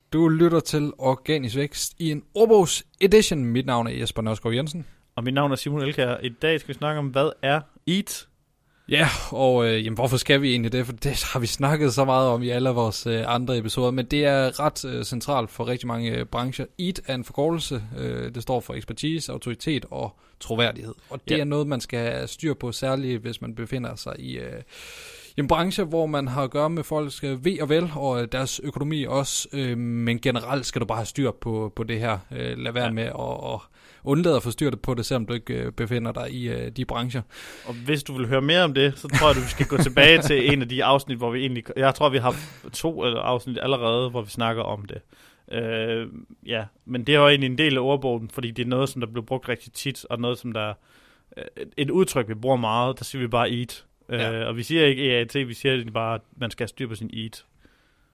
Du lytter til Organisk Vækst i en ordbogs edition. Mit navn er Jesper Nørskov Jensen. Og mit navn er Simon Elkjær. I dag skal vi snakke om, hvad er EAT? Ja, og hvorfor skal vi egentlig det? For det har vi snakket så meget om i alle vores andre episoder, men det er ret centralt for rigtig mange brancher. EAT er en forkortelse. Det står for ekspertise, autoritet og troværdighed. Og det er noget, man skal have styr på, særligt hvis man befinder sig i en branche, hvor man har at gøre med folks ve og vel, og deres økonomi også. Men generelt skal du bare have styr på det her. Lad være med at undlade at få styr på det, selvom du ikke befinder dig i de brancher. Og hvis du vil høre mere om det, så tror jeg, du skal gå tilbage til en af de afsnit, hvor vi egentlig... Jeg tror, vi har 2 afsnit allerede, hvor vi snakker om det. Men det er jo egentlig en del af ordbogen, fordi det er noget, som der bliver brugt rigtig tit, og noget, som der... Et udtryk, vi bruger meget, der siger vi bare EAT. Og vi siger ikke EAT, vi siger bare, at man skal have styr på sin EAT.